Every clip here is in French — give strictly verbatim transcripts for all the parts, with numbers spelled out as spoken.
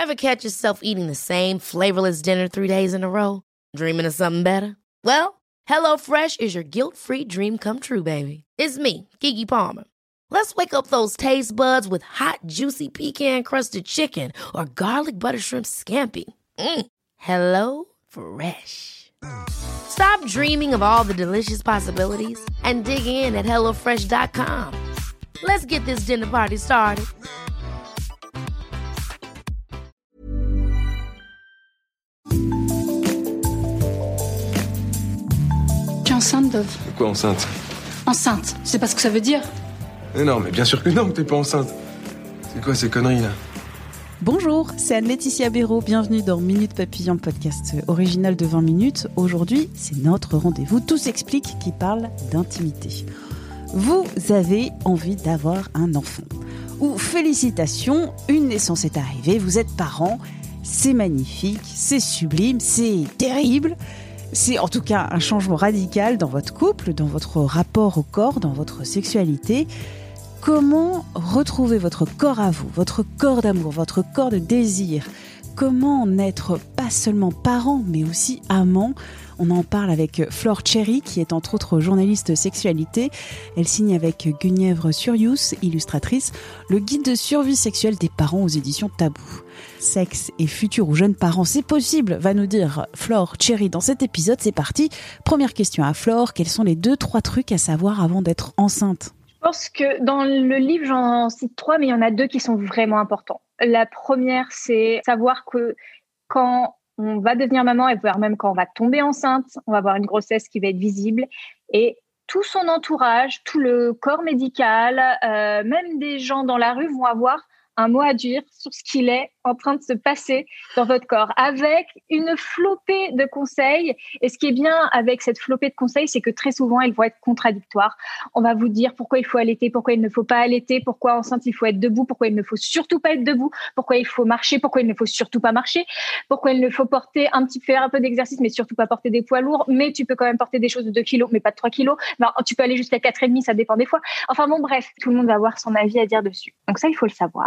Ever catch yourself eating the same flavorless dinner three days in a row? Dreaming of something better? Well, HelloFresh is your guilt-free dream come true, baby. It's me, Keke Palmer. Let's wake up those taste buds with hot, juicy pecan-crusted chicken or garlic butter shrimp scampi. Mm. Hello Fresh. Stop dreaming of all the delicious possibilities and dig in at hello fresh dot com. Let's get this dinner party started. Tu es enceinte, Dove? Quoi, enceinte? Enceinte, c'est pas ce que ça veut dire? Mais non, mais bien sûr que non, que t'es pas enceinte. C'est quoi ces conneries, là? Bonjour, c'est Anne-Laetitia Béraud, bienvenue dans Minute Papillon, podcast original de vingt minutes. Aujourd'hui, c'est notre rendez-vous Tout s'explique qui parle d'intimité. Vous avez envie d'avoir un enfant. Ou félicitations, une naissance est arrivée, vous êtes parents, c'est magnifique, c'est sublime, c'est terrible. C'est en tout cas un changement radical dans votre couple, dans votre rapport au corps, dans votre sexualité. Comment retrouver votre corps à vous, votre corps d'amour, votre corps de désir? Comment n'être pas seulement parent, mais aussi amant? On en parle avec Flore Cherry, qui est entre autres journaliste sexualité. Elle signe avec Guenièvre Surius, illustratrice, le guide de survie sexuelle des parents aux éditions Tabou. Sexe et futurs ou jeunes parents, c'est possible, va nous dire Flore Cherry dans cet épisode. C'est parti. Première question à Flore, quels sont les deux, trois trucs à savoir avant d'être enceinte? Je pense que dans le livre, j'en cite trois, mais il y en a deux qui sont vraiment importants. La première, c'est savoir que quand on va devenir maman, et voire même quand on va tomber enceinte, on va avoir une grossesse qui va être visible. Et tout son entourage, tout le corps médical, euh, même des gens dans la rue vont avoir un mot à dire sur ce qu'il est en train de se passer dans votre corps, avec une flopée de conseils. Et ce qui est bien avec cette flopée de conseils, c'est que très souvent, elles vont être contradictoires. On va vous dire pourquoi il faut allaiter, pourquoi il ne faut pas allaiter, pourquoi enceinte il faut être debout, pourquoi il ne faut surtout pas être debout, pourquoi il faut marcher, pourquoi il ne faut surtout pas marcher, pourquoi il ne faut porter un petit faire un peu d'exercice, mais surtout pas porter des poids lourds, mais tu peux quand même porter des choses de deux kilos, mais pas de trois kilos. Non, tu peux aller jusqu'à quatre virgule cinq, ça dépend des fois. Enfin bon, bref, tout le monde va avoir son avis à dire dessus. Donc ça, il faut le savoir.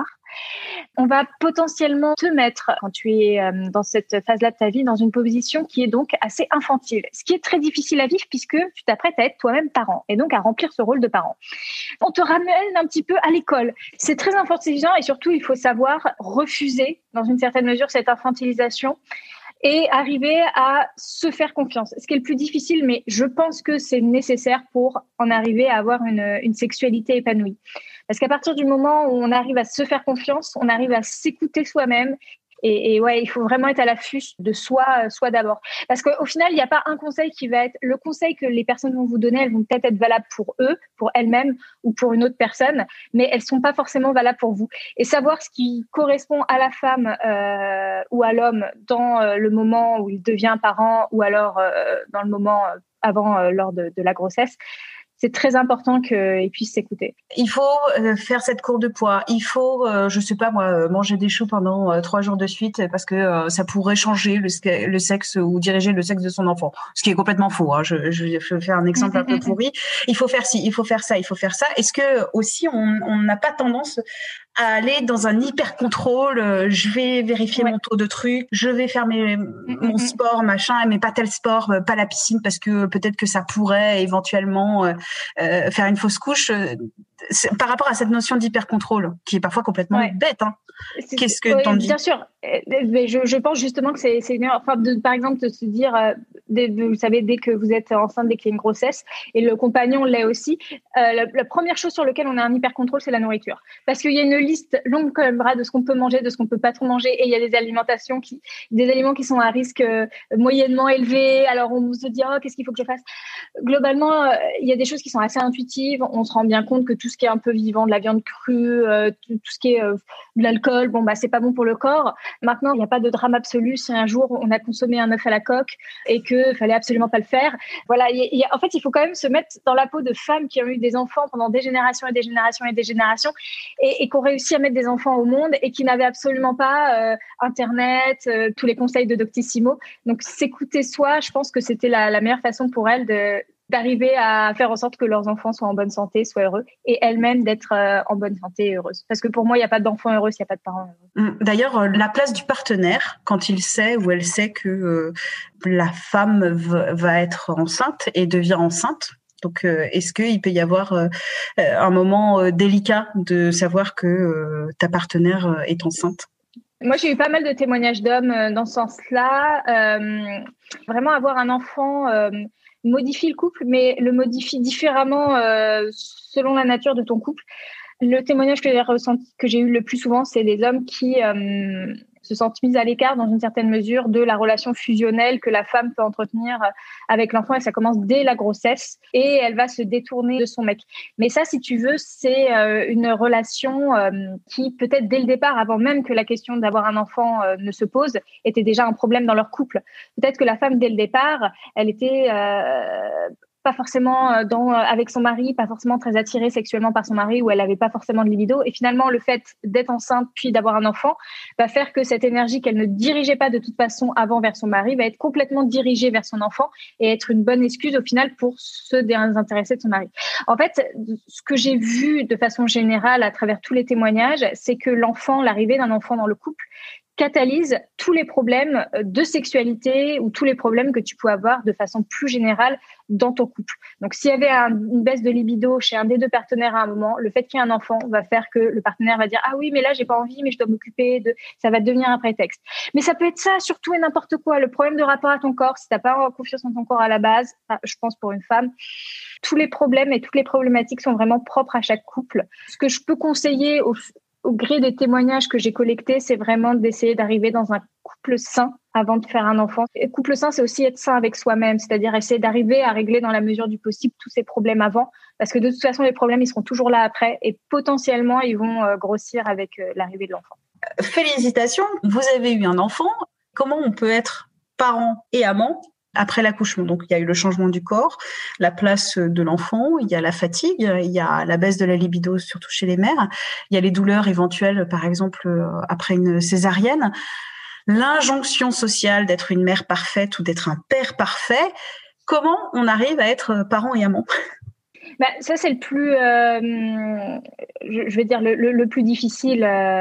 On va potentiellement te mettre, quand tu es dans cette phase-là de ta vie, dans une position qui est donc assez infantile. Ce qui est très difficile à vivre puisque tu t'apprêtes à être toi-même parent et donc à remplir ce rôle de parent. On te ramène un petit peu à l'école. C'est très infantilisant et surtout, il faut savoir refuser, dans une certaine mesure, cette infantilisation et arriver à se faire confiance. Ce qui est le plus difficile, mais je pense que c'est nécessaire pour en arriver à avoir une, une sexualité épanouie. Parce qu'à partir du moment où on arrive à se faire confiance, on arrive à s'écouter soi-même. Et, et ouais, il faut vraiment être à l'affût de soi, soi d'abord. Parce qu'au final, il n'y a pas un conseil qui va être... Le conseil que les personnes vont vous donner, elles vont peut-être être valables pour eux, pour elles-mêmes ou pour une autre personne, mais elles ne sont pas forcément valables pour vous. Et savoir ce qui correspond à la femme euh, ou à l'homme dans euh, le moment où il devient parent ou alors euh, dans le moment euh, avant, euh, lors de, de la grossesse, c'est très important qu'ils puissent s'écouter. Il faut euh, faire cette courbe de poids. Il faut, euh, je sais pas moi, manger des choux pendant euh, trois jours de suite parce que euh, ça pourrait changer le, le sexe ou diriger le sexe de son enfant. Ce qui est complètement faux. Hein. Je, je vais faire un exemple un peu pourri. Il faut faire ci, il faut faire ça, il faut faire ça. Est-ce que aussi on n'a pas tendance à aller dans un hyper contrôle, euh, je vais vérifier ouais. mon taux de trucs, je vais faire mes, mm-hmm. mon sport, machin, mais pas tel sport, euh, pas la piscine parce que peut-être que ça pourrait éventuellement euh, euh, faire une fausse couche. Euh, par rapport à cette notion d'hyper contrôle, qui est parfois complètement ouais. bête. Hein. Qu'est-ce que oui, t'en dis? Bien sûr, mais je, je pense justement que c'est, c'est une erreur. Enfin, de, par exemple, de se dire, euh, de, de, vous savez, dès que vous êtes enceinte, dès qu'il y a une grossesse, et le compagnon l'est aussi, euh, la, la première chose sur laquelle on a un hyper contrôle, c'est la nourriture. Parce qu'il y a une liste longue comme le bras de ce qu'on peut manger, de ce qu'on peut pas trop manger, et il y a des alimentations qui, des aliments qui sont à risque euh, moyennement élevé. Alors on se dit, oh, qu'est-ce qu'il faut que je fasse? Globalement, euh, il y a des choses qui sont assez intuitives. On se rend bien compte que tout ce qui est un peu vivant, de la viande crue, euh, tout, tout ce qui est euh, de l'alcool, bon bah c'est pas bon pour le corps. Maintenant, il n'y a pas de drame absolu si un jour on a consommé un œuf à la coque et que fallait absolument pas le faire. Voilà, il y a, en fait, il faut quand même se mettre dans la peau de femmes qui ont eu des enfants pendant des générations et des générations et des générations et, et qui ont réussi à mettre des enfants au monde et qui n'avaient absolument pas euh, Internet, euh, tous les conseils de Doctissimo. Donc, s'écouter soi, je pense que c'était la, la meilleure façon pour elles de d'arriver à faire en sorte que leurs enfants soient en bonne santé, soient heureux, et elles-mêmes d'être euh, en bonne santé et heureuses. Parce que pour moi, il n'y a pas d'enfant heureux s'il n'y a pas de parents heureux. D'ailleurs, la place du partenaire, quand il sait ou elle sait que euh, la femme v- va être enceinte et devient enceinte, donc euh, est-ce qu'il peut y avoir euh, un moment euh, délicat de savoir que euh, ta partenaire euh, est enceinte ? Moi, j'ai eu pas mal de témoignages d'hommes euh, dans ce sens-là. Euh, vraiment, avoir un enfant euh, modifie le couple, mais le modifie différemment euh, selon la nature de ton couple. Le témoignage que j'ai ressenti, que j'ai eu le plus souvent, c'est des hommes qui euh, se sentent mis à l'écart dans une certaine mesure de la relation fusionnelle que la femme peut entretenir avec l'enfant, et ça commence dès la grossesse et elle va se détourner de son mec. Mais ça, si tu veux, c'est euh, une relation euh, qui peut-être dès le départ, avant même que la question d'avoir un enfant euh, ne se pose, était déjà un problème dans leur couple. Peut-être que la femme, dès le départ, elle était euh, pas forcément dans, avec son mari, pas forcément très attirée sexuellement par son mari, ou elle n'avait pas forcément de libido. Et finalement, le fait d'être enceinte puis d'avoir un enfant va faire que cette énergie qu'elle ne dirigeait pas de toute façon avant vers son mari va être complètement dirigée vers son enfant et être une bonne excuse au final pour se désintéresser de son mari. En fait, ce que j'ai vu de façon générale à travers tous les témoignages, c'est que l'enfant, l'arrivée d'un enfant dans le couple, catalyse tous les problèmes de sexualité ou tous les problèmes que tu peux avoir de façon plus générale dans ton couple. Donc, s'il y avait un, une baisse de libido chez un des deux partenaires à un moment, le fait qu'il y ait un enfant va faire que le partenaire va dire « Ah oui, mais là, j'ai pas envie, mais je dois m'occuper de… » Ça va devenir un prétexte. Mais ça peut être ça, surtout et n'importe quoi. Le problème de rapport à ton corps, si t'as pas confiance en ton corps à la base, je pense pour une femme, tous les problèmes et toutes les problématiques sont vraiment propres à chaque couple. Ce que je peux conseiller au au gré des témoignages que j'ai collectés, c'est vraiment d'essayer d'arriver dans un couple sain avant de faire un enfant. Et couple sain, c'est aussi être sain avec soi-même, c'est-à-dire essayer d'arriver à régler dans la mesure du possible tous ces problèmes avant, parce que de toute façon, les problèmes, ils seront toujours là après et potentiellement, ils vont euh, grossir avec euh, l'arrivée de l'enfant. Félicitations, vous avez eu un enfant. Comment on peut être parent et amant après l'accouchement? Donc, il y a eu le changement du corps, la place de l'enfant, il y a la fatigue, il y a la baisse de la libido, surtout chez les mères, il y a les douleurs éventuelles, par exemple, après une césarienne, l'injonction sociale d'être une mère parfaite ou d'être un père parfait. Comment on arrive à être parent et amant? Bah, ça, c'est le plus, euh, je, je vais dire, le, le, le plus difficile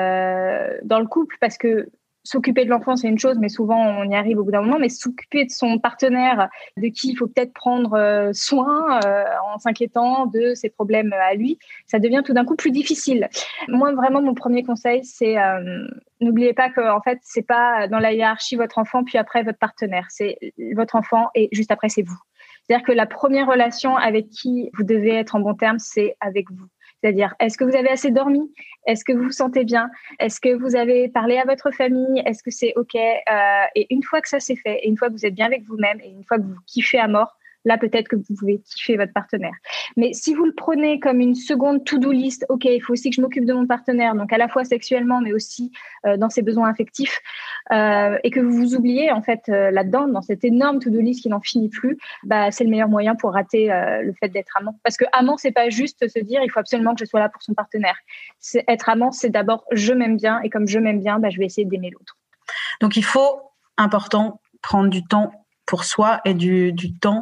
euh, dans le couple, parce que s'occuper de l'enfant, c'est une chose, mais souvent, on y arrive au bout d'un moment. Mais s'occuper de son partenaire, de qui il faut peut-être prendre soin euh, en s'inquiétant de ses problèmes à lui, ça devient tout d'un coup plus difficile. Moi, vraiment, mon premier conseil, c'est euh, n'oubliez pas que, en fait, c'est pas dans la hiérarchie votre enfant, puis après votre partenaire. C'est votre enfant et juste après, c'est vous. C'est-à-dire que la première relation avec qui vous devez être en bon terme, c'est avec vous. C'est-à-dire, est-ce que vous avez assez dormi? Est-ce que vous vous sentez bien? Est-ce que vous avez parlé à votre famille? Est-ce que c'est OK? euh, Et une fois que ça c'est fait, et une fois que vous êtes bien avec vous-même, et une fois que vous kiffez à mort, là, peut-être que vous pouvez kiffer votre partenaire. Mais si vous le prenez comme une seconde to-do list, OK, il faut aussi que je m'occupe de mon partenaire, donc à la fois sexuellement, mais aussi euh, dans ses besoins affectifs, euh, et que vous vous oubliez, en fait, euh, là-dedans, dans cette énorme to-do list qui n'en finit plus, bah, c'est le meilleur moyen pour rater euh, le fait d'être amant. Parce que amant, c'est pas juste se dire, il faut absolument que je sois là pour son partenaire. C'est, être amant, c'est d'abord, je m'aime bien, et comme je m'aime bien, bah, je vais essayer d'aimer l'autre. Donc, il faut, important, prendre du temps pour soi et du, du temps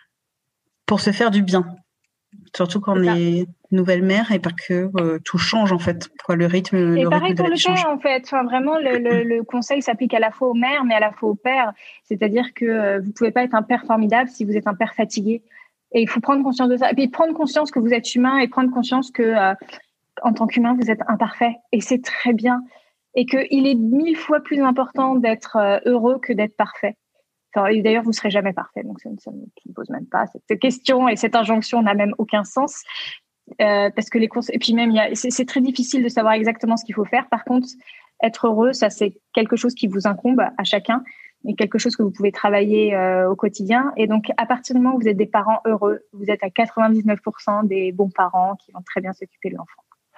pour se faire du bien, surtout quand on est nouvelle mère et pas que euh, tout change en fait, quoi, le rythme, et le pareil rythme de pour la le vie change. père en fait, enfin vraiment le, le, le conseil s'applique à la fois aux mères mais à la fois au père, c'est-à-dire que euh, vous pouvez pas être un père formidable si vous êtes un père fatigué, et il faut prendre conscience de ça, et puis prendre conscience que vous êtes humain et prendre conscience que euh, en tant qu'humain vous êtes imparfait et c'est très bien, et que il est mille fois plus important d'être euh, heureux que d'être parfait. Enfin, et d'ailleurs, vous ne serez jamais parfait, donc ça, ça ne me pose même pas. Cette question et cette injonction n'a même aucun sens. Euh, parce que les cons- et puis même, il y a, c'est, c'est très difficile de savoir exactement ce qu'il faut faire. Par contre, être heureux, ça, c'est quelque chose qui vous incombe à chacun et quelque chose que vous pouvez travailler euh, au quotidien. Et donc, à partir du moment où vous êtes des parents heureux, vous êtes à quatre-vingt-dix-neuf pour cent des bons parents qui vont très bien s'occuper de l'enfant.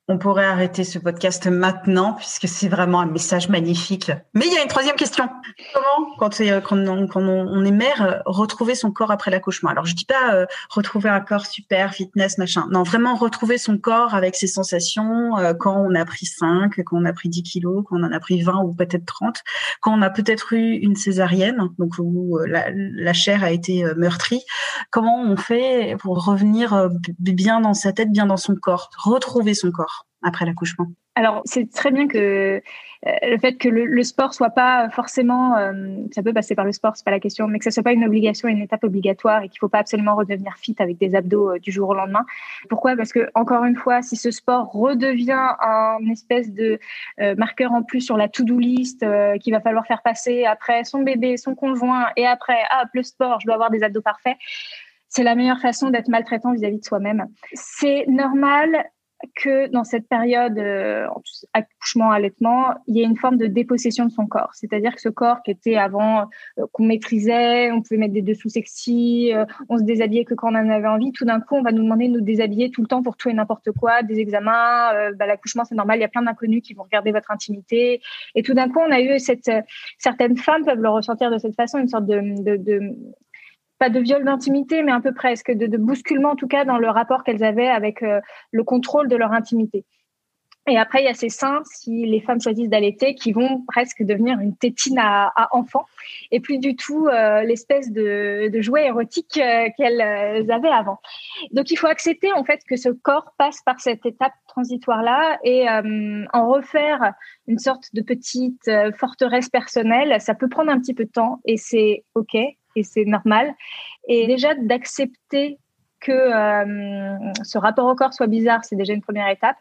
On pourrait arrêter ce podcast maintenant puisque c'est vraiment un message magnifique. Mais il y a une troisième question. Comment, quand, c'est, quand, on, quand on est mère, retrouver son corps après l'accouchement? Alors, je dis pas euh, retrouver un corps super, fitness, machin. Non, vraiment retrouver son corps avec ses sensations euh, quand on a pris cinq, quand on a pris dix kilos, quand on en a pris vingt ou peut-être trente, quand on a peut-être eu une césarienne, donc où euh, la, la chair a été euh, meurtrie. Comment on fait pour revenir euh, bien dans sa tête, bien dans son corps, retrouver son corps après l'accouchement? Alors, c'est très bien que euh, le fait que le, le sport soit pas forcément, euh, ça peut passer par le sport, c'est pas la question, mais que ça soit pas une obligation, une étape obligatoire et qu'il faut pas absolument redevenir fit avec des abdos euh, du jour au lendemain. Pourquoi ? Parce que, encore une fois, si ce sport redevient un espèce de euh, marqueur en plus sur la to-do list euh, qu'il va falloir faire passer après son bébé, son conjoint et après, ah, le sport, je dois avoir des abdos parfaits, c'est la meilleure façon d'être maltraitant vis-à-vis de soi-même. C'est normal que dans cette période euh, accouchement, allaitement, il y a une forme de dépossession de son corps. C'est-à-dire que ce corps qui était avant, euh, qu'on maîtrisait, on pouvait mettre des dessous sexy, euh, on se déshabillait que quand on en avait envie, tout d'un coup, on va nous demander de nous déshabiller tout le temps pour tout et n'importe quoi, des examens, euh, bah, l'accouchement, c'est normal, il y a plein d'inconnus qui vont regarder votre intimité. Et tout d'un coup, on a eu cette... Euh, certaines femmes peuvent le ressentir de cette façon, une sorte de... de, de pas de viol d'intimité, mais un peu presque, de, de bousculement en tout cas dans le rapport qu'elles avaient avec euh, le contrôle de leur intimité. Et après, il y a ces seins, si les femmes choisissent d'allaiter, qui vont presque devenir une tétine à, à enfant, et plus du tout euh, l'espèce de, de jouet érotique euh, qu'elles avaient avant. Donc, il faut accepter en fait que ce corps passe par cette étape transitoire-là et euh, en refaire une sorte de petite euh, forteresse personnelle. Ça peut prendre un petit peu de temps et c'est OK. Et c'est normal. Et déjà, d'accepter que euh, ce rapport au corps soit bizarre, c'est déjà une première étape.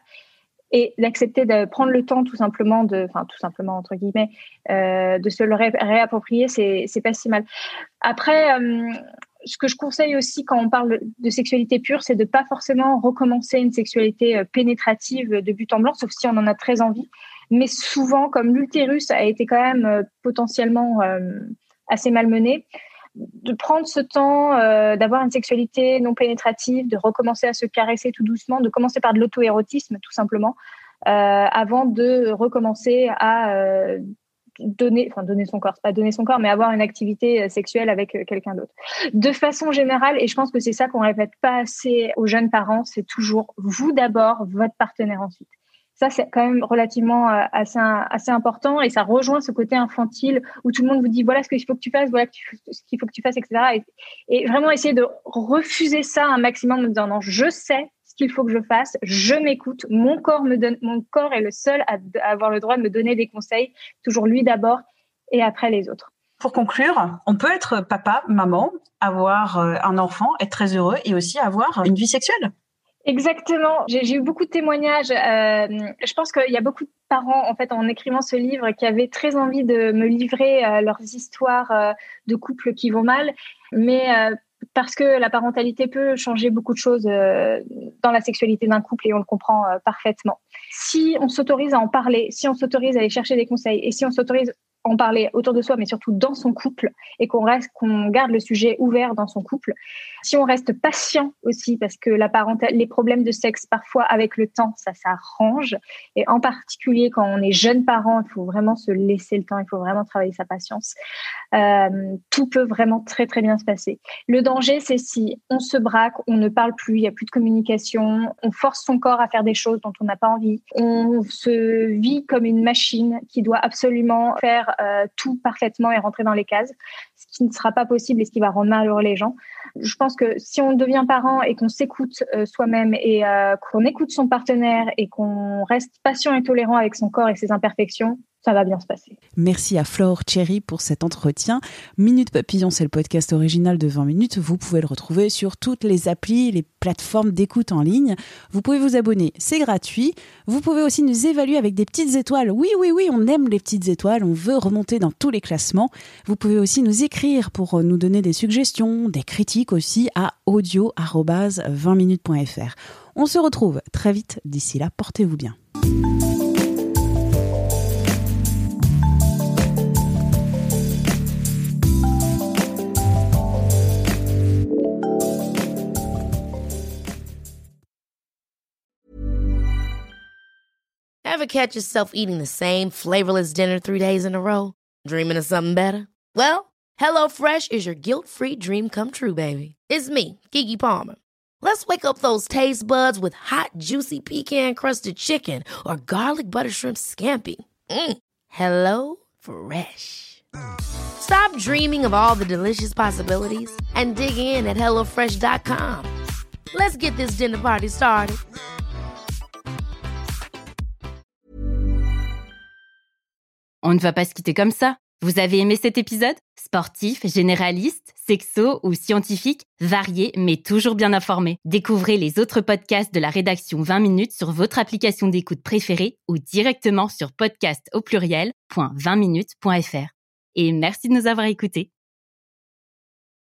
Et d'accepter de prendre le temps, tout simplement, de, enfin, tout simplement, entre guillemets, euh, de se le ré- réapproprier, c'est, c'est pas si mal. Après, euh, ce que je conseille aussi quand on parle de sexualité pure, c'est de pas forcément recommencer une sexualité pénétrative de but en blanc, sauf si on en a très envie. Mais souvent, comme l'utérus a été quand même euh, potentiellement euh, assez malmené, de prendre ce temps, euh, d'avoir une sexualité non pénétrative, de recommencer à se caresser tout doucement, de commencer par de l'auto-érotisme tout simplement, euh, avant de recommencer à euh, donner, enfin donner son corps, pas donner son corps, mais avoir une activité sexuelle avec quelqu'un d'autre. De façon générale, et je pense que c'est ça qu'on répète pas assez aux jeunes parents, c'est toujours vous d'abord, votre partenaire ensuite. Ça, c'est quand même relativement euh, assez, assez important et ça rejoint ce côté infantile où tout le monde vous dit voilà ce qu'il faut que tu fasses, voilà ce qu'il faut que tu fasses, et cetera. Et, et vraiment essayer de refuser ça un maximum en me disant non, je sais ce qu'il faut que je fasse, je m'écoute, mon corps me donne, mon corps est le seul à, à avoir le droit de me donner des conseils, toujours lui d'abord et après les autres. Pour conclure, on peut être papa, maman, avoir un enfant, être très heureux et aussi avoir une vie sexuelle. Exactement. J'ai, j'ai eu beaucoup de témoignages. Euh, je pense qu'il y a beaucoup de parents, en fait, en écrivant ce livre, qui avaient très envie de me livrer euh, leurs histoires euh, de couples qui vont mal, mais euh, parce que la parentalité peut changer beaucoup de choses euh, dans la sexualité d'un couple et on le comprend euh, parfaitement. Si on s'autorise à en parler, si on s'autorise à aller chercher des conseils et si on s'autorise en parler autour de soi, mais surtout dans son couple, et qu'on reste, qu'on garde le sujet ouvert dans son couple. Si on reste patient aussi, parce que la parentale, les problèmes de sexe, parfois avec le temps, ça s'arrange. Et en particulier quand on est jeune parent, il faut vraiment se laisser le temps, il faut vraiment travailler sa patience. Euh, tout peut vraiment très très bien se passer. Le danger, c'est si on se braque, on ne parle plus, il n'y a plus de communication, on force son corps à faire des choses dont on n'a pas envie, on se vit comme une machine qui doit absolument faire Euh, tout parfaitement et rentrer dans les cases, ce qui ne sera pas possible et ce qui va rendre malheureux les gens. Je pense que si on devient parent et qu'on s'écoute euh, soi-même et euh, qu'on écoute son partenaire et qu'on reste patient et tolérant avec son corps et ses imperfections, ça va bien se passer. Merci à Flore Cherry pour cet entretien. Minute Papillon, c'est le podcast original de vingt minutes. Vous pouvez le retrouver sur toutes les applis, les plateformes d'écoute en ligne. Vous pouvez vous abonner, c'est gratuit. Vous pouvez aussi nous évaluer avec des petites étoiles. Oui, oui, oui, on aime les petites étoiles. On veut remonter dans tous les classements. Vous pouvez aussi nous écrire pour nous donner des suggestions, des critiques aussi à audio arobase vingt minutes point f r. On se retrouve très vite. D'ici là, portez-vous bien. Ever catch yourself eating the same flavorless dinner three days in a row? Dreaming of something better? Well, HelloFresh is your guilt-free dream come true, baby. It's me, Keke Palmer. Let's wake up those taste buds with hot, juicy pecan-crusted chicken or garlic butter shrimp scampi. Mm. Hello Fresh. Stop dreaming of all the delicious possibilities and dig in at hello fresh dot com. Let's get this dinner party started. On ne va pas se quitter comme ça. Vous avez aimé cet épisode ? Sportif, généraliste, sexo ou scientifique, varié mais toujours bien informé. Découvrez les autres podcasts de la rédaction vingt minutes sur votre application d'écoute préférée ou directement sur podcast au pluriel point vingt minutes point f r. Et merci de nous avoir écoutés.